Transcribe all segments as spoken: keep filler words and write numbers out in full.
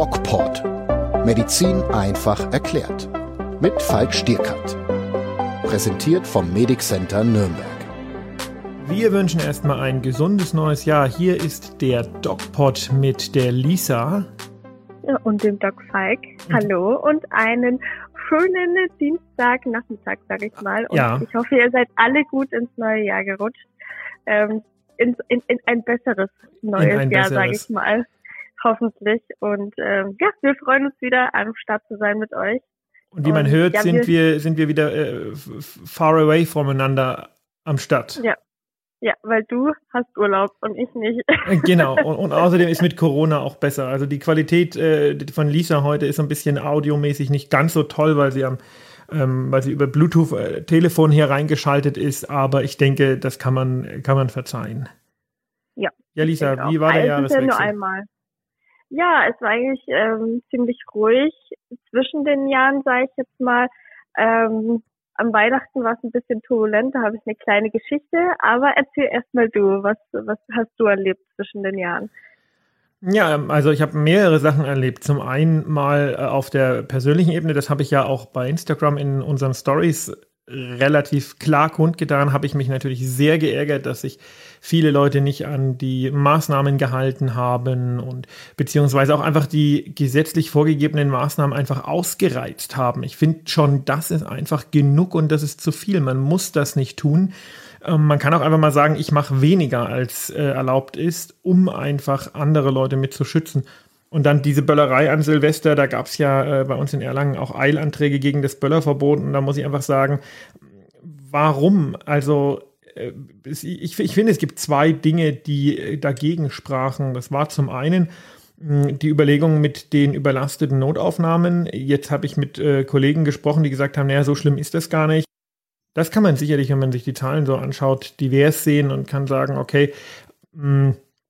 DocPod. Medizin einfach erklärt. Mit Falk Stierkat. Präsentiert vom Medic Center Nürnberg. Wir wünschen erstmal ein gesundes neues Jahr. Hier ist der DocPod mit der Lisa. Und dem Doc Falk. Hallo und einen schönen Dienstagnachmittag, sag ich mal. Und ja. Ich hoffe, ihr seid alle gut ins neue Jahr gerutscht. Ähm, in, in, in ein besseres neues ein Jahr, sage ich mal. Hoffentlich. Und ähm, ja, wir freuen uns wieder, am Start zu sein mit euch. Und wie man und, hört, ja, sind wir, wir sind wir wieder äh, far away voneinander am Start. Ja. Ja, weil du hast Urlaub und ich nicht. Genau, und, und außerdem ist mit Corona auch besser. Also die Qualität äh, von Lisa heute ist so ein bisschen audiomäßig nicht ganz so toll, weil sie am ähm, weil sie über Bluetooth-Telefon hier reingeschaltet ist, aber ich denke, das kann man, kann man verzeihen. Ja. Ja, Lisa, wie war der Jahreswechsel? Ja, nur einmal. Ja, es war eigentlich ähm, ziemlich ruhig zwischen den Jahren, sage ich jetzt mal. Ähm, Am Weihnachten war es ein bisschen turbulent, da habe ich eine kleine Geschichte, aber erzähl erstmal du, was, was hast du erlebt zwischen den Jahren? Ja, also ich habe mehrere Sachen erlebt. Zum einen mal auf der persönlichen Ebene, das habe ich ja auch bei Instagram in unseren Stories relativ klar kundgetan, habe ich mich natürlich sehr geärgert, dass sich viele Leute nicht an die Maßnahmen gehalten haben und beziehungsweise auch einfach die gesetzlich vorgegebenen Maßnahmen einfach ausgereizt haben. Ich finde schon, das ist einfach genug und das ist zu viel. Man muss das nicht tun. Ähm, man kann auch einfach mal sagen, ich mache weniger, als äh, erlaubt ist, um einfach andere Leute mit zu schützen. Und dann diese Böllerei an Silvester, da gab es ja äh, bei uns in Erlangen auch Eilanträge gegen das Böllerverbot. Und da muss ich einfach sagen, warum? Also äh, ich, ich finde, es gibt zwei Dinge, die äh, dagegen sprachen. Das war zum einen mh, die Überlegung mit den überlasteten Notaufnahmen. Jetzt habe ich mit äh, Kollegen gesprochen, die gesagt haben, naja, so schlimm ist das gar nicht. Das kann man sicherlich, wenn man sich die Zahlen so anschaut, divers sehen und kann sagen, okay, mh,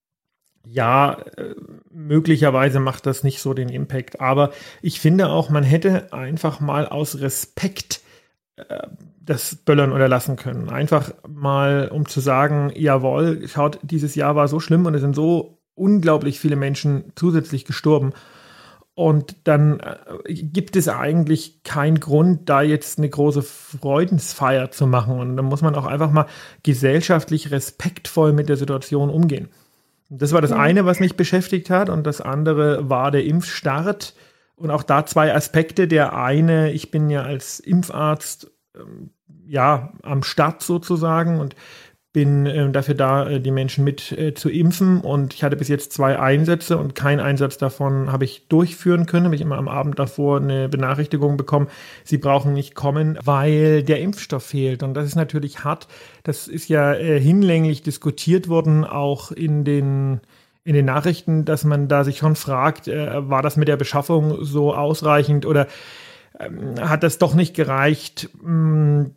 ja, äh, möglicherweise macht das nicht so den Impact. Aber ich finde auch, man hätte einfach mal aus Respekt äh, das Böllern unterlassen können. Einfach mal, um zu sagen, jawohl, schaut, dieses Jahr war so schlimm und es sind so unglaublich viele Menschen zusätzlich gestorben. Und dann äh, gibt es eigentlich keinen Grund, da jetzt eine große Freudensfeier zu machen. Und dann muss man auch einfach mal gesellschaftlich respektvoll mit der Situation umgehen. Das war das eine, was mich beschäftigt hat, und das andere war der Impfstart. Und auch da zwei Aspekte. Der eine, ich bin ja als Impfarzt ähm, ja am Start sozusagen und bin äh, dafür da, äh, die Menschen mit äh, zu impfen. Und ich hatte bis jetzt zwei Einsätze und keinen Einsatz davon habe ich durchführen können. Habe ich immer am Abend davor eine Benachrichtigung bekommen, Sie brauchen nicht kommen, weil der Impfstoff fehlt. Und das ist natürlich hart. Das ist ja äh, hinlänglich diskutiert worden, auch in den in den Nachrichten, dass man da sich schon fragt, äh, war das mit der Beschaffung so ausreichend oder ähm, hat das doch nicht gereicht? Hm,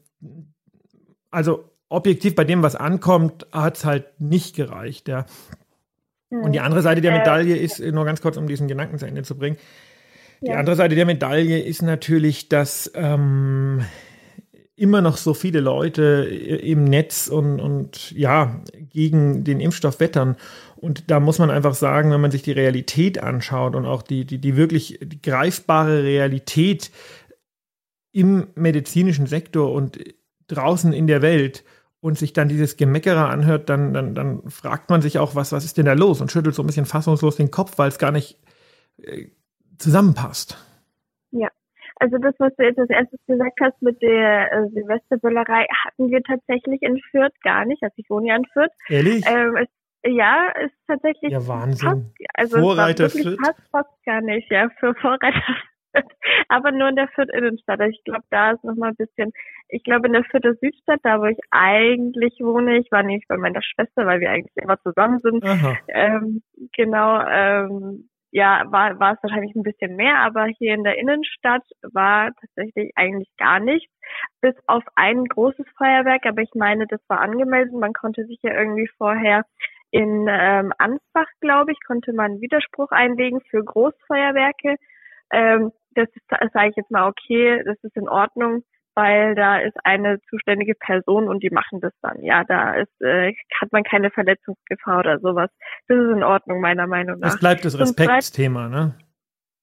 also objektiv bei dem, was ankommt, hat es halt nicht gereicht, ja. Und die andere Seite der Medaille ist, nur ganz kurz, um diesen Gedanken zu Ende zu bringen, die andere Seite der Medaille ist natürlich, dass ähm, immer noch so viele Leute im Netz und, und ja, gegen den Impfstoff wettern. Und da muss man einfach sagen, wenn man sich die Realität anschaut und auch die, die, die wirklich die greifbare Realität im medizinischen Sektor und draußen in der Welt und sich dann dieses Gemeckere anhört, dann, dann, dann fragt man sich auch, was, was ist denn da los? Und schüttelt so ein bisschen fassungslos den Kopf, weil es gar nicht äh, zusammenpasst. Ja, also das, was du jetzt als erstes gesagt hast mit der äh, Silvesterböllerei, hatten wir tatsächlich in Fürth gar nicht. Also ich wohne ja in Fürth. Ehrlich? Ähm, es, ja, ist tatsächlich ja, Wahnsinn. Fast, also Vorreiter es war wirklich Fürth? fast, fast gar nicht, ja, für Vorreiter aber nur in der Fürth Innenstadt. Ich glaube, da ist noch mal ein bisschen, ich glaube in der Fürther Südstadt, da wo ich eigentlich wohne, ich war nämlich bei meiner Schwester, weil wir eigentlich immer zusammen sind, ähm, genau, ähm, ja, war, war es wahrscheinlich ein bisschen mehr, aber hier in der Innenstadt war tatsächlich eigentlich gar nichts, bis auf ein großes Feuerwerk, aber ich meine, das war angemeldet, man konnte sich ja irgendwie vorher in ähm, Ansbach, glaube ich, konnte man Widerspruch einlegen für Großfeuerwerke. Ähm, das sage ich jetzt mal, okay, das ist in Ordnung, weil da ist eine zuständige Person und die machen das dann. Ja, da ist äh, hat man keine Verletzungsgefahr oder sowas. Das ist in Ordnung, meiner Meinung nach. Das bleibt das Respektsthema, ne?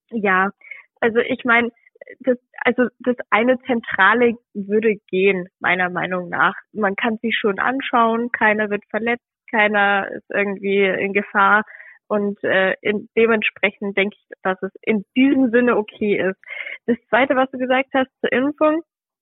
Ja, also ich meine, das, also das eine Zentrale würde gehen, meiner Meinung nach. Man kann sich schon anschauen, keiner wird verletzt, keiner ist irgendwie in Gefahr und äh, in, dementsprechend denke ich, dass es in diesem Sinne okay ist. Das Zweite, was du gesagt hast zur Impfung,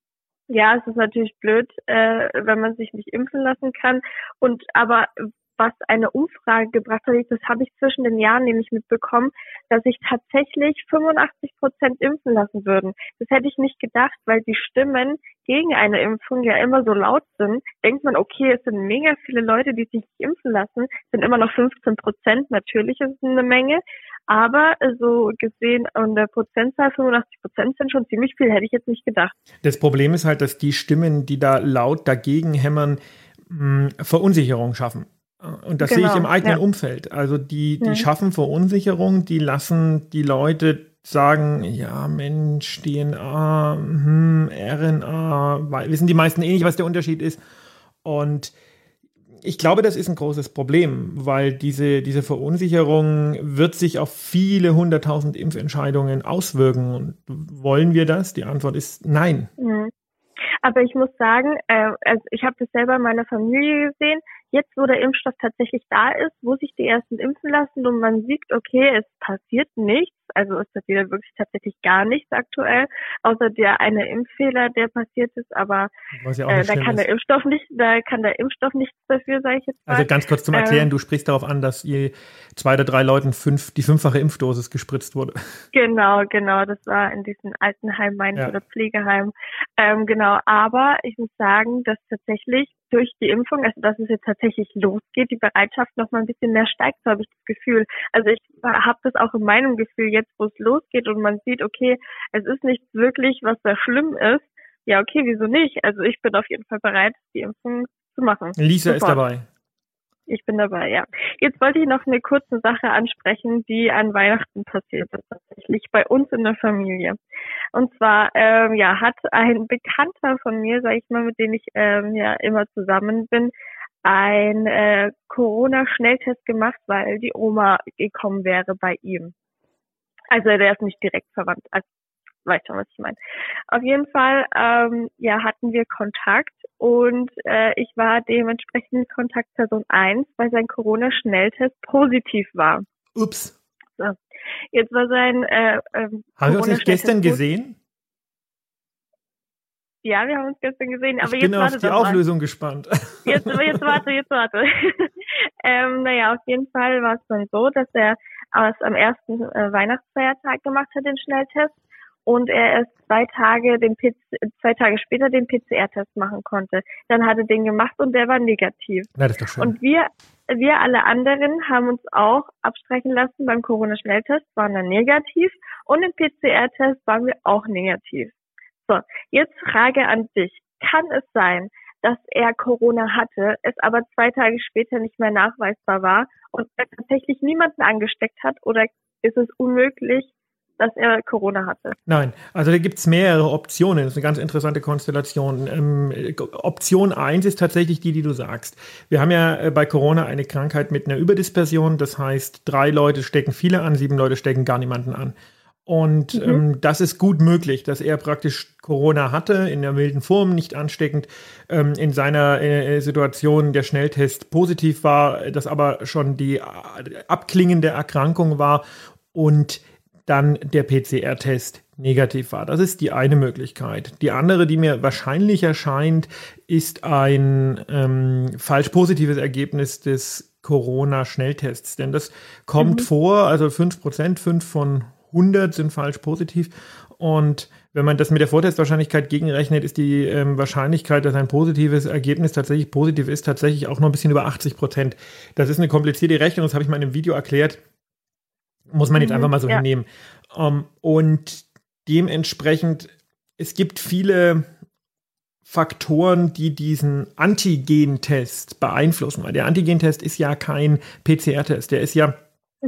ja, es ist natürlich blöd, äh, wenn man sich nicht impfen lassen kann. Und aber was eine Umfrage gebracht hat, das habe ich zwischen den Jahren nämlich mitbekommen, dass sich tatsächlich fünfundachtzig Prozent impfen lassen würden. Das hätte ich nicht gedacht, weil die Stimmen gegen eine Impfung ja immer so laut sind. Denkt man, okay, es sind mega viele Leute, die sich nicht impfen lassen, es sind immer noch fünfzehn Prozent. Natürlich ist es eine Menge, aber so gesehen an der Prozentzahl fünfundachtzig Prozent sind schon ziemlich viel, hätte ich jetzt nicht gedacht. Das Problem ist halt, dass die Stimmen, die da laut dagegen hämmern, mh, Verunsicherung schaffen. Und das genau, sehe ich im eigenen ja. Umfeld. Also die, die mhm. schaffen Verunsicherung, die lassen die Leute sagen, ja Mensch, D N A, hm, R N A, wissen die meisten eh nicht, was der Unterschied ist. Und ich glaube, das ist ein großes Problem, weil diese, diese Verunsicherung wird sich auf viele hunderttausend Impfentscheidungen auswirken. Und wollen wir das? Die Antwort ist nein. Mhm. Aber ich muss sagen, äh, also ich habe das selber in meiner Familie gesehen. Jetzt, wo der Impfstoff tatsächlich da ist, wo sich die Ersten impfen lassen und man sieht, okay, es passiert nichts, also es passiert wirklich tatsächlich gar nichts aktuell, außer der eine Impffehler, der passiert ist, aber ja äh, da kann ist. der Impfstoff nicht, da kann der Impfstoff nichts dafür, sage ich jetzt mal. Also ganz kurz zum Erklären, ähm, du sprichst darauf an, dass je zwei oder drei Leuten fünf, die fünffache Impfdosis gespritzt wurde. Genau, genau, das war in diesen Altenheim, meine ich, ja. oder Pflegeheim. Ähm, genau, aber ich muss sagen, dass tatsächlich durch die Impfung, also dass es jetzt tatsächlich losgeht, die Bereitschaft noch mal ein bisschen mehr steigt, so habe ich das Gefühl. Also ich habe das auch in meinem Gefühl jetzt, wo es losgeht und man sieht, okay, es ist nichts wirklich, was da schlimm ist. Ja, okay, wieso nicht? Also ich bin auf jeden Fall bereit, die Impfung zu machen. Lisa Sofort. Ist dabei. Ich bin dabei, ja. Jetzt wollte ich noch eine kurze Sache ansprechen, die an Weihnachten passiert ist, tatsächlich bei uns in der Familie. Und zwar, ähm, ja, hat ein Bekannter von mir, sage ich mal, mit dem ich ähm, ja immer zusammen bin, ein äh, Corona-Schnelltest gemacht, weil die Oma gekommen wäre bei ihm. Also der ist nicht direkt verwandt, also weißt schon, was ich meine. Auf jeden Fall, ähm, ja, hatten wir Kontakt und äh, ich war dementsprechend Kontaktperson eins, weil sein Corona-Schnelltest positiv war. Ups. So. Jetzt war sein äh, ähm, Haben wir uns nicht gestern gesehen? Ja, wir haben uns gestern gesehen, aber ich jetzt bin auf die Auflösung gespannt. Jetzt, jetzt warte, jetzt warte. ähm, naja, auf jeden Fall war es dann so, dass er es am ersten äh, Weihnachtsfeiertag gemacht hat, den Schnelltest. Und er erst zwei Tage den P C, zwei Tage später den P C R-Test machen konnte. Dann hat er den gemacht und der war negativ. Na, das ist doch schön. Und wir, wir alle anderen haben uns auch abstreichen lassen beim Corona-Schnelltest, waren dann negativ und im P C R-Test waren wir auch negativ. So, jetzt Frage an dich. Kann es sein, dass er Corona hatte, es aber zwei Tage später nicht mehr nachweisbar war und er tatsächlich niemanden angesteckt hat, oder ist es unmöglich, dass er Corona hatte? Nein, also da gibt es mehrere Optionen. Das ist eine ganz interessante Konstellation. Ähm, Option eins ist tatsächlich die, die du sagst. Wir haben ja äh, bei Corona eine Krankheit mit einer Überdispersion. Das heißt, drei Leute stecken viele an, sieben Leute stecken gar niemanden an. Und mhm. ähm, das ist gut möglich, dass er praktisch Corona hatte, in der milden Form, nicht ansteckend, ähm, in seiner äh, Situation der Schnelltest positiv war, das aber schon die äh, abklingende Erkrankung war und dann der P C R-Test negativ war. Das ist die eine Möglichkeit. Die andere, die mir wahrscheinlich erscheint, ist ein ähm, falsch positives Ergebnis des Corona-Schnelltests. Denn das kommt mhm. vor, also fünf Prozent, fünf von hundert sind falsch positiv. Und wenn man das mit der Vortestwahrscheinlichkeit gegenrechnet, ist die ähm, Wahrscheinlichkeit, dass ein positives Ergebnis tatsächlich positiv ist, tatsächlich auch noch ein bisschen über achtzig Prozent. Das ist eine komplizierte Rechnung, das habe ich mal in einem Video erklärt. Muss man jetzt einfach mal so ja. hinnehmen. Um, und dementsprechend, es gibt viele Faktoren, die diesen Antigen-Test beeinflussen. Weil der Antigen-Test ist ja kein P C R-Test. Der ist ja, mhm.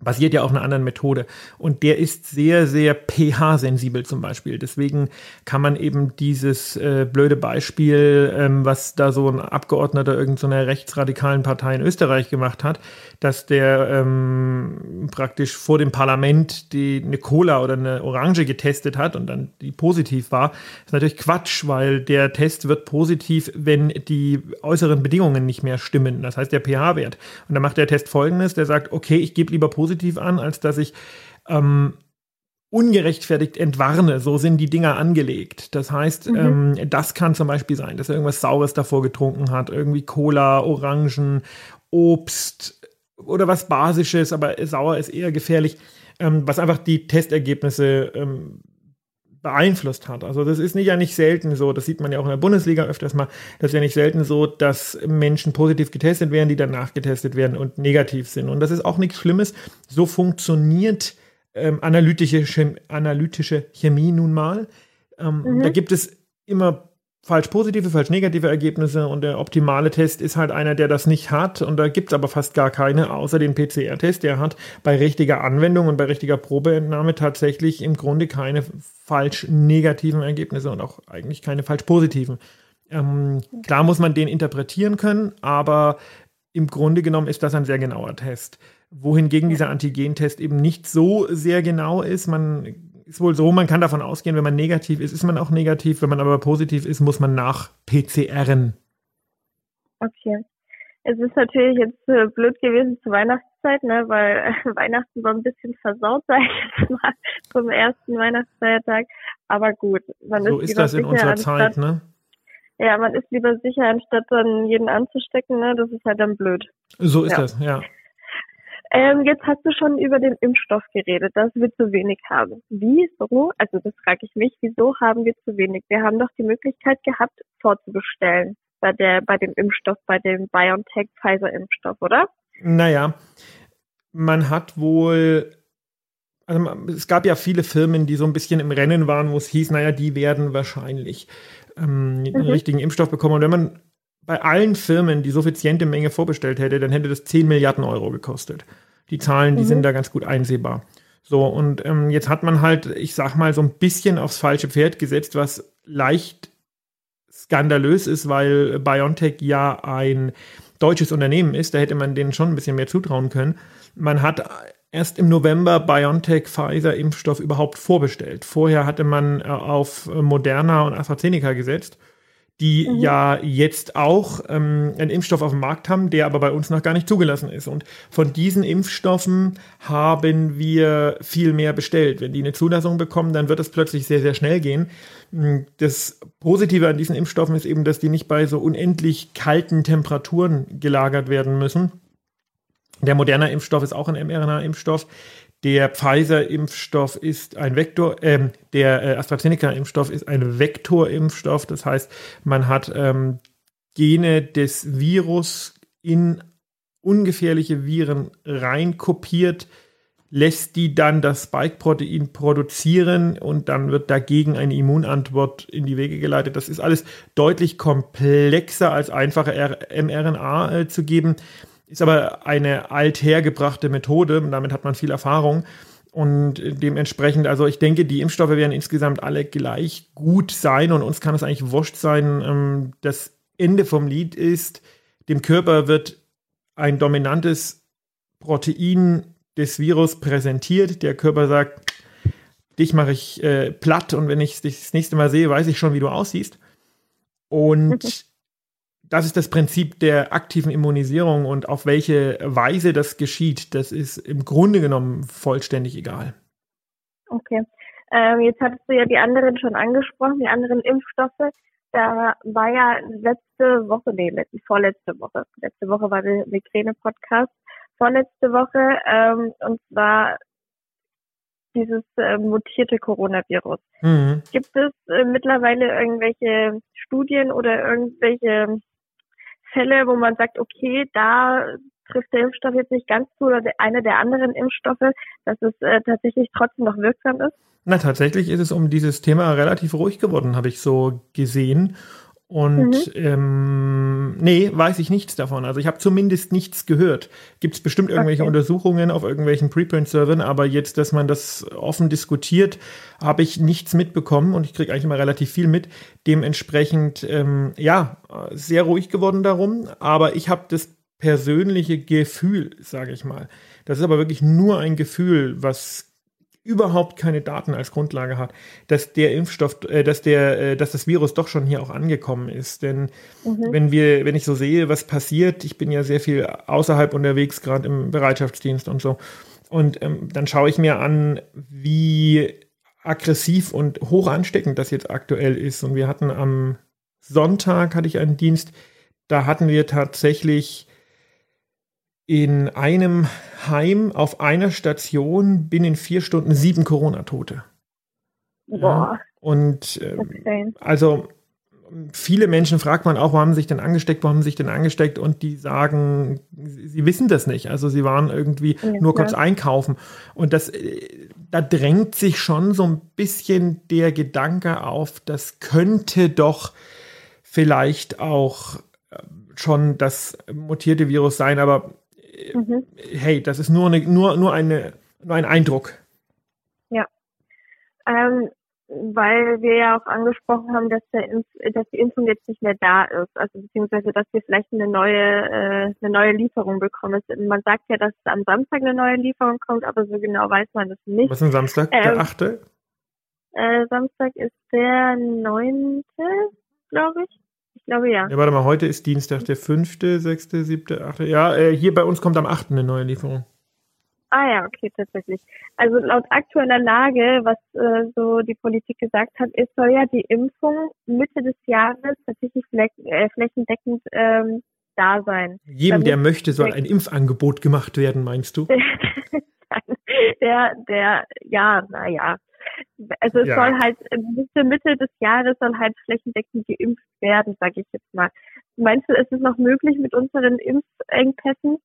basiert ja auf einer anderen Methode. Und der ist sehr, sehr pH-sensibel zum Beispiel. Deswegen kann man eben dieses äh, blöde Beispiel, ähm, was da so ein Abgeordneter irgendeiner so rechtsradikalen Partei in Österreich gemacht hat, dass der ähm, praktisch vor dem Parlament die, eine Cola oder eine Orange getestet hat und dann die positiv war, ist natürlich Quatsch, weil der Test wird positiv, wenn die äußeren Bedingungen nicht mehr stimmen. Das heißt, der pH-Wert. Und dann macht der Test Folgendes, der sagt, okay, ich gebe lieber positiv positiv an, als dass ich ähm, ungerechtfertigt entwarne. So sind die Dinger angelegt. Das heißt, mhm. ähm, das kann zum Beispiel sein, dass er irgendwas Saures davor getrunken hat, irgendwie Cola, Orangen, Obst oder was Basisches, aber sauer ist eher gefährlich, ähm, was einfach die Testergebnisse ähm, beeinflusst hat. Also das ist nicht ja nicht selten so, das sieht man ja auch in der Bundesliga öfters mal, das ist ja nicht selten so, dass Menschen positiv getestet werden, die danach getestet werden und negativ sind. Und das ist auch nichts Schlimmes. So funktioniert ähm, analytische, Chem- analytische Chemie nun mal. Ähm, mhm. Da gibt es immer falsch positive, falsch negative Ergebnisse und der optimale Test ist halt einer, der das nicht hat und da gibt es aber fast gar keine, außer den P C R-Test, der hat bei richtiger Anwendung und bei richtiger Probeentnahme tatsächlich im Grunde keine falsch negativen Ergebnisse und auch eigentlich keine falsch positiven. Ähm, klar muss man den interpretieren können, aber im Grunde genommen ist das ein sehr genauer Test. Wohingegen dieser Antigentest eben nicht so sehr genau ist, man ist wohl so, man kann davon ausgehen, wenn man negativ ist, ist man auch negativ. Wenn man aber positiv ist, muss man nach P C R'n. Okay. Es ist natürlich jetzt äh, blöd gewesen zur Weihnachtszeit, ne, weil äh, Weihnachten war ein bisschen versaut, sag ich jetzt mal, zum ersten Weihnachtsfeiertag. Aber gut. Man so ist, ist das in unserer anstatt, Zeit, ne? Ja, man ist lieber sicher, anstatt dann jeden anzustecken, ne? Das ist halt dann blöd. So ist ja. das, ja. Ähm, jetzt hast du schon über den Impfstoff geredet, dass wir zu wenig haben. Wieso, also das frage ich mich, wieso haben wir zu wenig? Wir haben doch die Möglichkeit gehabt, vorzubestellen bei der, bei dem Impfstoff, bei dem BioNTech-Pfizer-Impfstoff, oder? Naja, man hat wohl, also es gab ja viele Firmen, die so ein bisschen im Rennen waren, wo es hieß, naja, die werden wahrscheinlich ähm, den mhm. richtigen Impfstoff bekommen. Und wenn man bei allen Firmen die suffiziente Menge vorbestellt hätte, dann hätte das zehn Milliarden Euro gekostet. Die Zahlen, die mhm. sind da ganz gut einsehbar. So, und ähm, jetzt hat man halt, ich sag mal, so ein bisschen aufs falsche Pferd gesetzt, was leicht skandalös ist, weil BioNTech ja ein deutsches Unternehmen ist. Da hätte man denen schon ein bisschen mehr zutrauen können. Man hat erst im November BioNTech-Pfizer-Impfstoff überhaupt vorbestellt. Vorher hatte man äh, auf Moderna und AstraZeneca gesetzt, die mhm. ja jetzt auch ähm, einen Impfstoff auf dem Markt haben, der aber bei uns noch gar nicht zugelassen ist. Und von diesen Impfstoffen haben wir viel mehr bestellt. Wenn die eine Zulassung bekommen, dann wird es plötzlich sehr, sehr schnell gehen. Das Positive an diesen Impfstoffen ist eben, dass die nicht bei so unendlich kalten Temperaturen gelagert werden müssen. Der Moderna-Impfstoff ist auch ein mRNA-Impfstoff. Der Pfizer-Impfstoff ist ein Vektor, ähm, der äh, AstraZeneca-Impfstoff ist ein Vektorimpfstoff. Das heißt, man hat ähm, Gene des Virus in ungefährliche Viren reinkopiert, lässt die dann das Spike-Protein produzieren und dann wird dagegen eine Immunantwort in die Wege geleitet. Das ist alles deutlich komplexer als einfache mRNA äh, zu geben. Ist aber eine althergebrachte Methode und damit hat man viel Erfahrung und dementsprechend, also ich denke, die Impfstoffe werden insgesamt alle gleich gut sein und uns kann es eigentlich wurscht sein. Das Ende vom Lied ist, dem Körper wird ein dominantes Protein des Virus präsentiert. Der Körper sagt, dich mache ich äh, platt und wenn ich dich das nächste Mal sehe, weiß ich schon, wie du aussiehst. Und das ist das Prinzip der aktiven Immunisierung und auf welche Weise das geschieht, das ist im Grunde genommen vollständig egal. Okay. Ähm, jetzt hattest du ja die anderen schon angesprochen, die anderen Impfstoffe. Da war ja letzte Woche, nee, letzte, vorletzte Woche, letzte Woche war der Migräne-Podcast, vorletzte Woche, ähm, und zwar dieses äh, mutierte Coronavirus. Mhm. Gibt es äh, mittlerweile irgendwelche Studien oder irgendwelche Fälle, wo man sagt, okay, da trifft der Impfstoff jetzt nicht ganz zu oder einer der anderen Impfstoffe, dass es äh, tatsächlich trotzdem noch wirksam ist? Na, tatsächlich ist es um dieses Thema relativ ruhig geworden, habe ich so gesehen. Und mhm. ähm, nee, weiß ich nichts davon. Also ich habe zumindest nichts gehört. Gibt es bestimmt irgendwelche Okay. Untersuchungen auf irgendwelchen Preprint-Servern, aber jetzt, dass man das offen diskutiert, habe ich nichts mitbekommen und ich kriege eigentlich immer relativ viel mit. Dementsprechend, ähm, ja, sehr ruhig geworden darum, aber ich habe das persönliche Gefühl, sage ich mal. Das ist aber wirklich nur ein Gefühl, was überhaupt keine Daten als Grundlage hat, dass der Impfstoff, äh, dass der, äh, dass das Virus doch schon hier auch angekommen ist. Denn Mhm. wenn wir, wenn ich so sehe, was passiert, ich bin ja sehr viel außerhalb unterwegs, gerade im Bereitschaftsdienst und so, und ähm, dann schaue ich mir an, wie aggressiv und hoch ansteckend das jetzt aktuell ist. Und wir hatten am Sonntag hatte ich einen Dienst, da hatten wir tatsächlich in einem Heim auf einer Station binnen vier Stunden sieben Corona-Tote. Boah, Ja, und ähm, okay. also viele Menschen fragt man auch, wo haben sie sich denn angesteckt, wo haben sie sich denn angesteckt und die sagen, sie, sie wissen das nicht. Also sie waren irgendwie Ja, nur klar. kurz einkaufen. Und das, äh, da drängt sich schon so ein bisschen der Gedanke auf, das könnte doch vielleicht auch äh, schon das mutierte Virus sein, aber Mhm. hey, das ist nur, eine, nur, nur, eine, nur ein Eindruck. Ähm, weil wir ja auch angesprochen haben, dass, der Impf dass die Impfung jetzt nicht mehr da ist, also beziehungsweise, dass wir vielleicht eine neue, äh, eine neue Lieferung bekommen. Es, man sagt ja, dass am Samstag eine neue Lieferung kommt, aber so genau weiß man das nicht. Was ist denn Samstag? Ähm, Der achte? Äh, Samstag ist der neunte, glaube ich. Ich glaube ja. Ja, warte mal, heute ist Dienstag, der fünfte, sechste, siebte, achte. Ja, äh, hier bei uns kommt am achten eine neue Lieferung. Ah ja, okay, tatsächlich. Also laut aktueller Lage, was äh, so die Politik gesagt hat, ist, soll ja die Impfung Mitte des Jahres tatsächlich fläch äh, flächendeckend ähm, da sein. Jedem, Damit der möchte, soll der- ein Impfangebot gemacht werden, meinst du? der, der, ja, naja. Also es Ja. soll halt äh, Mitte, Mitte des Jahres soll halt flächendeckend geimpft werden, sage ich jetzt mal. Meinst du, ist es noch möglich mit unseren Impfengpässen?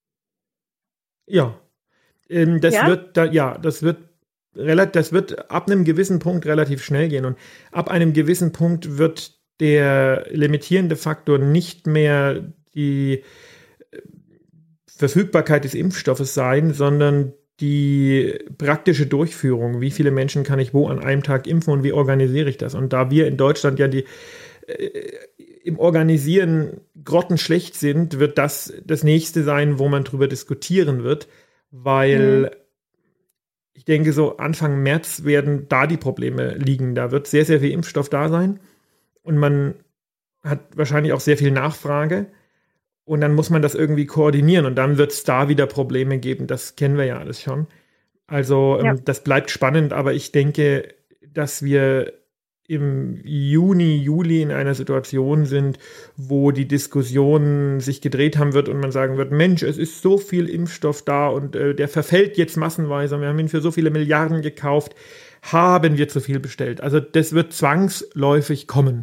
Ja. Ähm, das Ja? wird, da, ja, das wird relativ, das wird ab einem gewissen Punkt relativ schnell gehen und ab einem gewissen Punkt wird der limitierende Faktor nicht mehr die äh, Verfügbarkeit des Impfstoffes sein, sondern die praktische Durchführung. Wie viele Menschen kann ich wo an einem Tag impfen und wie organisiere ich das? Und da wir in Deutschland ja die äh, im Organisieren grottenschlecht sind, wird das das nächste sein, wo man drüber diskutieren wird, weil Mhm. ich denke, so Anfang März werden da die Probleme liegen. Da wird sehr, sehr viel Impfstoff da sein und man hat wahrscheinlich auch sehr viel Nachfrage und dann muss man das irgendwie koordinieren und dann wird es da wieder Probleme geben. Das kennen wir ja alles schon. Also Ja. ähm, das bleibt spannend, aber ich denke, dass wir im Juni, Juli in einer Situation sind, wo die Diskussion sich gedreht haben wird und man sagen wird, Mensch, es ist so viel Impfstoff da und äh, der verfällt jetzt massenweise. Wir haben ihn für so viele Milliarden gekauft. Haben wir zu viel bestellt? Also das wird zwangsläufig kommen.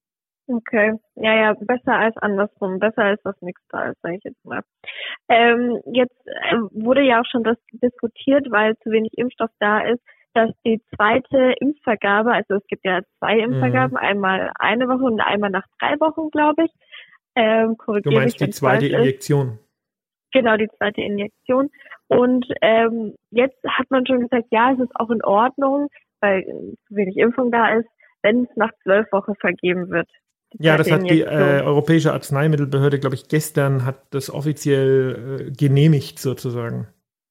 Okay, ja, ja, besser als andersrum, besser als was nichts da ist, sage ich jetzt mal. Ähm, jetzt äh, wurde ja auch schon das diskutiert, weil zu wenig Impfstoff da ist, dass die zweite Impfvergabe, also es gibt ja zwei Impfvergaben, Mhm. einmal eine Woche und einmal nach drei Wochen, glaube ich. Ähm, Du korrigiere meinst mich, die wenn's zweite falsch ist. Injektion. Genau, die zweite Injektion. Und ähm, jetzt hat man schon gesagt, ja, es ist auch in Ordnung, weil äh, zu wenig Impfung da ist, wenn es nach zwölf Wochen vergeben wird. Die Ja, das zweite hat die Injektion. äh, Europäische Arzneimittelbehörde, glaube ich, gestern hat das offiziell äh, genehmigt sozusagen.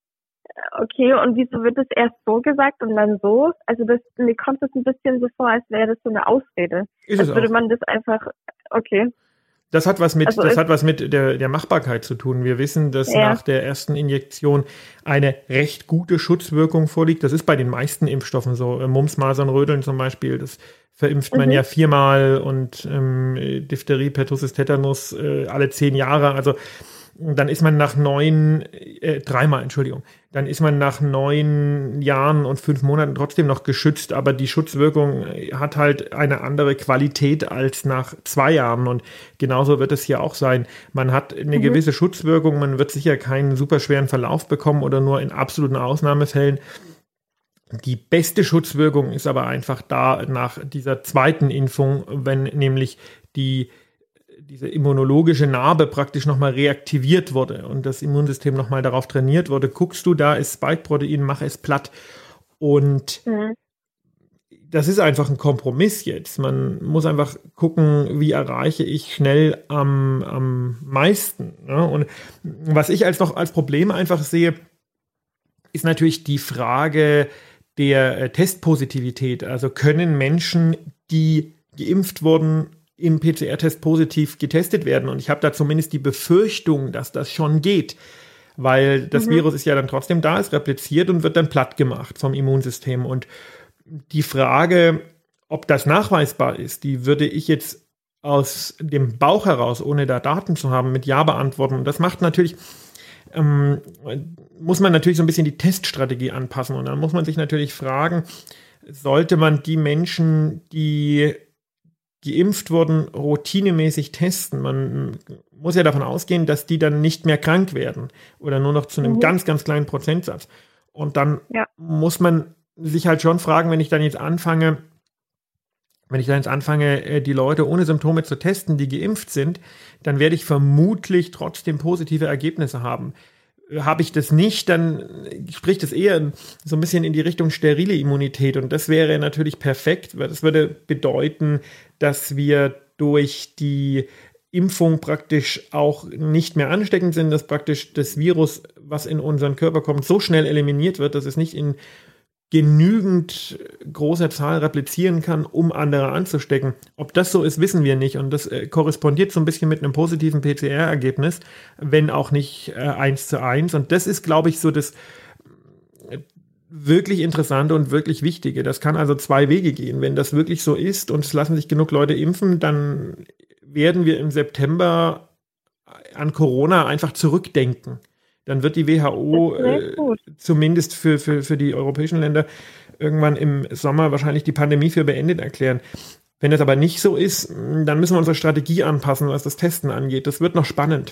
Okay, und wieso wird es erst so gesagt und dann so? Also das, mir kommt es ein bisschen so vor, als wäre das so eine Ausrede. Ist Als es würde auch. man das einfach, okay. Das hat was mit, Also das ist- hat was mit der, der Machbarkeit zu tun. Wir wissen, dass Ja. nach der ersten Injektion eine recht gute Schutzwirkung vorliegt. Das ist bei den meisten Impfstoffen so. Äh, Mumps, Masern, Rödeln zum Beispiel, das verimpft man Mhm. ja viermal und ähm, Diphtherie, Pertussis, Tetanus äh, alle zehn Jahre. Also dann ist man nach neun, äh, dreimal, Entschuldigung, dann ist man nach neun Jahren und fünf Monaten trotzdem noch geschützt, aber die Schutzwirkung äh, hat halt eine andere Qualität als nach zwei Jahren und genauso wird es hier auch sein. Man hat eine Mhm. gewisse Schutzwirkung, man wird sicher keinen super schweren Verlauf bekommen oder nur in absoluten Ausnahmefällen. Die beste Schutzwirkung ist aber einfach da nach dieser zweiten Impfung, wenn nämlich die diese immunologische Narbe praktisch nochmal reaktiviert wurde und das Immunsystem nochmal darauf trainiert wurde. Guckst du, da ist Spike-Protein, mach es platt. Und mhm. das ist einfach ein Kompromiss jetzt. Man muss einfach gucken, wie erreiche ich schnell am, am meisten. Ja? Und was ich als noch als Problem einfach sehe, ist natürlich die Frage der äh, Testpositivität. Also können Menschen, die geimpft wurden, im P C R-Test positiv getestet werden? Und ich habe da zumindest die Befürchtung, dass das schon geht, weil das mhm. Virus ist ja dann trotzdem da, ist repliziert und wird dann platt gemacht vom Immunsystem. Und die Frage, ob das nachweisbar ist, die würde ich jetzt aus dem Bauch heraus, ohne da Daten zu haben, mit Ja beantworten. Und das macht natürlich, ähm, muss man natürlich so ein bisschen die Teststrategie anpassen. Und dann muss man sich natürlich fragen, sollte man die Menschen, die geimpft wurden, routinemäßig testen? Man muss ja davon ausgehen, dass die dann nicht mehr krank werden oder nur noch zu einem mhm. ganz, ganz kleinen Prozentsatz. Und dann ja. muss man sich halt schon fragen, wenn ich dann jetzt anfange, wenn ich dann jetzt anfange, die Leute ohne Symptome zu testen, die geimpft sind, dann werde ich vermutlich trotzdem positive Ergebnisse haben. Habe ich das nicht, dann spricht es eher so ein bisschen in die Richtung sterile Immunität. Und das wäre natürlich perfekt, weil das würde bedeuten, dass wir durch die Impfung praktisch auch nicht mehr ansteckend sind, dass praktisch das Virus, was in unseren Körper kommt, so schnell eliminiert wird, dass es nicht in genügend großer Zahl replizieren kann, um andere anzustecken. Ob das so ist, wissen wir nicht. Und das äh, korrespondiert so ein bisschen mit einem positiven P C R-Ergebnis, wenn auch nicht äh, eins zu eins. Und das ist, glaube ich, so das äh, wirklich Interessante und wirklich Wichtige. Das kann also zwei Wege gehen. Wenn das wirklich so ist und es lassen sich genug Leute impfen, dann werden wir im September an Corona einfach zurückdenken. Dann wird die W H O äh, zumindest für, für, für die europäischen Länder irgendwann im Sommer wahrscheinlich die Pandemie für beendet erklären. Wenn das aber nicht so ist, dann müssen wir unsere Strategie anpassen, was das Testen angeht. Das wird noch spannend.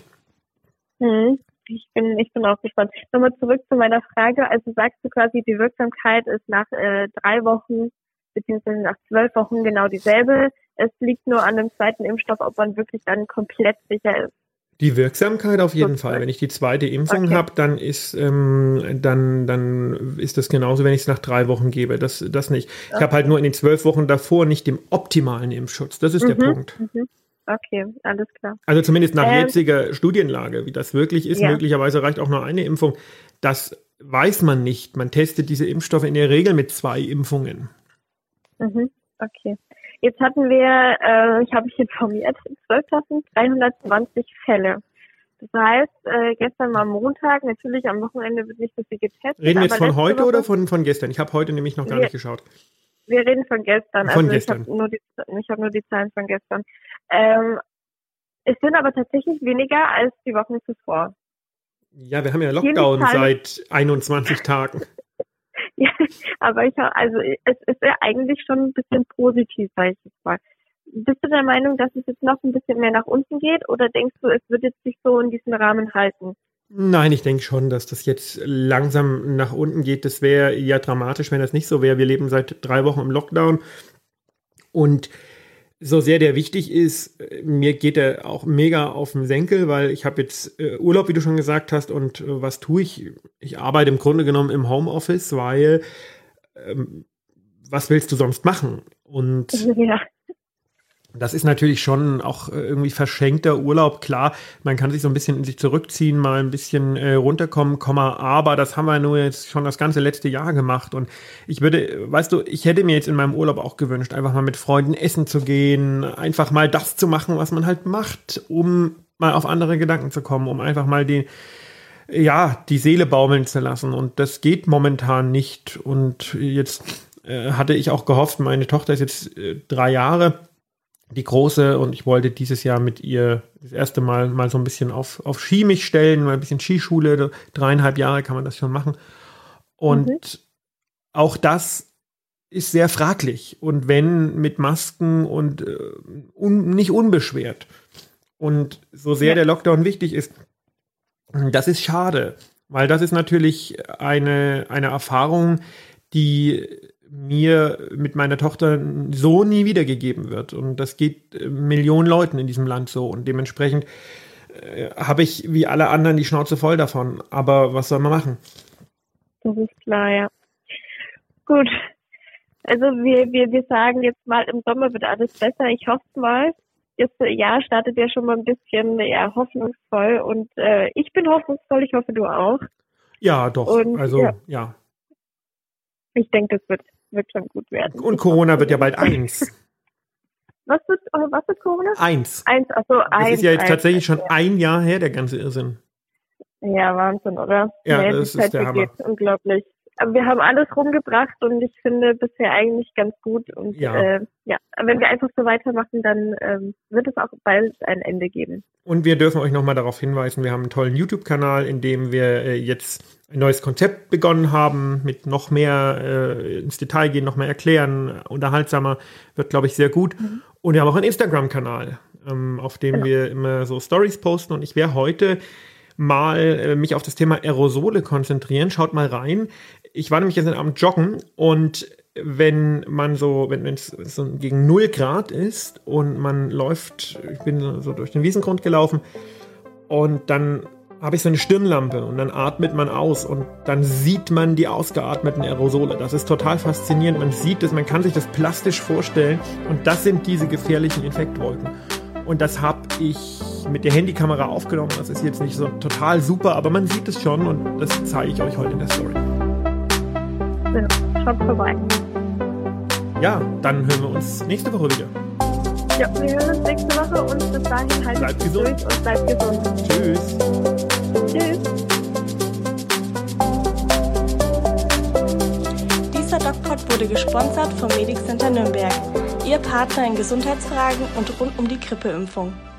Hm, ich bin, ich bin auch gespannt. Nochmal zurück zu meiner Frage. Also sagst du quasi, die Wirksamkeit ist nach äh, drei Wochen beziehungsweise nach zwölf Wochen genau dieselbe. Es liegt nur an dem zweiten Impfstoff, ob man wirklich dann komplett sicher ist. Die Wirksamkeit auf jeden Fall. Wenn ich die zweite Impfung okay. habe, dann ist ähm, dann dann ist das genauso, wenn ich es nach drei Wochen gebe. Das das nicht. Ich okay. habe halt nur in den zwölf Wochen davor nicht den optimalen Impfschutz. Das ist mhm, der Punkt. Mhm. Okay, alles klar. Also zumindest nach ähm, jetziger Studienlage, wie das wirklich ist. Ja. Möglicherweise reicht auch nur eine Impfung. Das weiß man nicht. Man testet diese Impfstoffe in der Regel mit zwei Impfungen. Mhm. Okay. Jetzt hatten wir, äh, ich habe mich informiert, zwölftausenddreihundertzwanzig Fälle. Das heißt, äh, gestern war Montag, natürlich am Wochenende wird nicht so viel getestet. Reden wir jetzt von heute Woche, oder von, von gestern? Ich habe heute nämlich noch gar wir, nicht geschaut. Wir reden von gestern. Von also gestern. Ich habe nur, hab nur die Zahlen von gestern. Ähm, es sind aber tatsächlich weniger als die Wochen zuvor. Ja, wir haben ja Lockdown seit einundzwanzig Tagen. Ja, aber ich habe, also es ist ja eigentlich schon ein bisschen positiv, sag ich jetzt mal. Bist du der Meinung, dass es jetzt noch ein bisschen mehr nach unten geht oder denkst du, es wird jetzt sich so in diesem Rahmen halten? Nein, ich denke schon, dass das jetzt langsam nach unten geht. Das wäre ja dramatisch, wenn das nicht so wäre. Wir leben seit drei Wochen im Lockdown und so sehr der wichtig ist, mir geht er auch mega auf den Senkel, weil ich habe jetzt äh, Urlaub, wie du schon gesagt hast, und äh, was tue ich? Ich arbeite im Grunde genommen im Homeoffice, weil ähm, was willst du sonst machen? Und ja. Das ist natürlich schon auch irgendwie verschenkter Urlaub. Klar, man kann sich so ein bisschen in sich zurückziehen, mal ein bisschen äh, runterkommen, Komma, aber das haben wir nur jetzt schon das ganze letzte Jahr gemacht. Und ich würde, weißt du, ich hätte mir jetzt in meinem Urlaub auch gewünscht, einfach mal mit Freunden essen zu gehen, einfach mal das zu machen, was man halt macht, um mal auf andere Gedanken zu kommen, um einfach mal die, ja, die Seele baumeln zu lassen. Und das geht momentan nicht. Und jetzt äh, hatte ich auch gehofft, meine Tochter ist jetzt äh, drei Jahre, die Große, und ich wollte dieses Jahr mit ihr das erste Mal mal so ein bisschen auf, auf Ski mich stellen, mal ein bisschen Skischule, dreieinhalb Jahre kann man das schon machen. Und mhm. auch das ist sehr fraglich. Und wenn mit Masken und äh, un, nicht unbeschwert. Und so sehr ja. der Lockdown wichtig ist, das ist schade. Weil das ist natürlich eine, eine Erfahrung, die mir mit meiner Tochter so nie wiedergegeben wird. Und das geht Millionen Leuten in diesem Land so. Und dementsprechend äh, habe ich wie alle anderen die Schnauze voll davon. Aber was soll man machen? Das ist klar, ja. Gut. Also wir, wir, wir sagen jetzt mal, im Sommer wird alles besser. Ich hoffe mal. Das Jahr startet ja schon mal ein bisschen ja, hoffnungsvoll. Und äh, ich bin hoffnungsvoll. Ich hoffe, du auch. Ja, doch. Und, also, ja. ja. Ich denke, das wird, wird schon gut werden. Und Corona wird ja bald eins. Was wird, was wird Corona? Eins. Eins, achso, eins. Das ist ja jetzt eins, tatsächlich eins, schon ja. ein Jahr her, der ganze Irrsinn. Ja, Wahnsinn, oder? Ja, ja das ist der Hammer. Unglaublich. Aber wir haben alles rumgebracht und ich finde bisher eigentlich ganz gut. Und ja, äh, ja. wenn wir einfach so weitermachen, dann ähm, wird es auch bald ein Ende geben. Und wir dürfen euch nochmal darauf hinweisen, wir haben einen tollen YouTube-Kanal, in dem wir äh, jetzt ein neues Konzept begonnen haben, mit noch mehr äh, ins Detail gehen, noch mehr erklären, unterhaltsamer, wird, glaube ich, sehr gut. Mhm. Und wir haben auch einen Instagram-Kanal, ähm, auf dem genau. wir immer so Stories posten. Und ich werde heute mal äh, mich auf das Thema Aerosole konzentrieren. Schaut mal rein. Ich war nämlich gestern Abend joggen und wenn man so, wenn es so gegen null Grad ist und man läuft, ich bin so durch den Wiesengrund gelaufen und dann habe ich so eine Stirnlampe und dann atmet man aus und dann sieht man die ausgeatmeten Aerosole. Das ist total faszinierend. Man sieht es, man kann sich das plastisch vorstellen und das sind diese gefährlichen Infektwolken. Und das habe ich mit der Handykamera aufgenommen. Das ist jetzt nicht so total super, aber man sieht es schon und das zeige ich euch heute in der Story. Ja, schaut vorbei. Ja, dann hören wir uns nächste Woche wieder. Ja, wir hören uns nächste Woche und bis dahin haltet euch durch und bleibt gesund. Tschüss. Tschüss. Dieser DocPod wurde gesponsert vom Medic Center Nürnberg, Ihr Partner in Gesundheitsfragen und rund um die Grippeimpfung.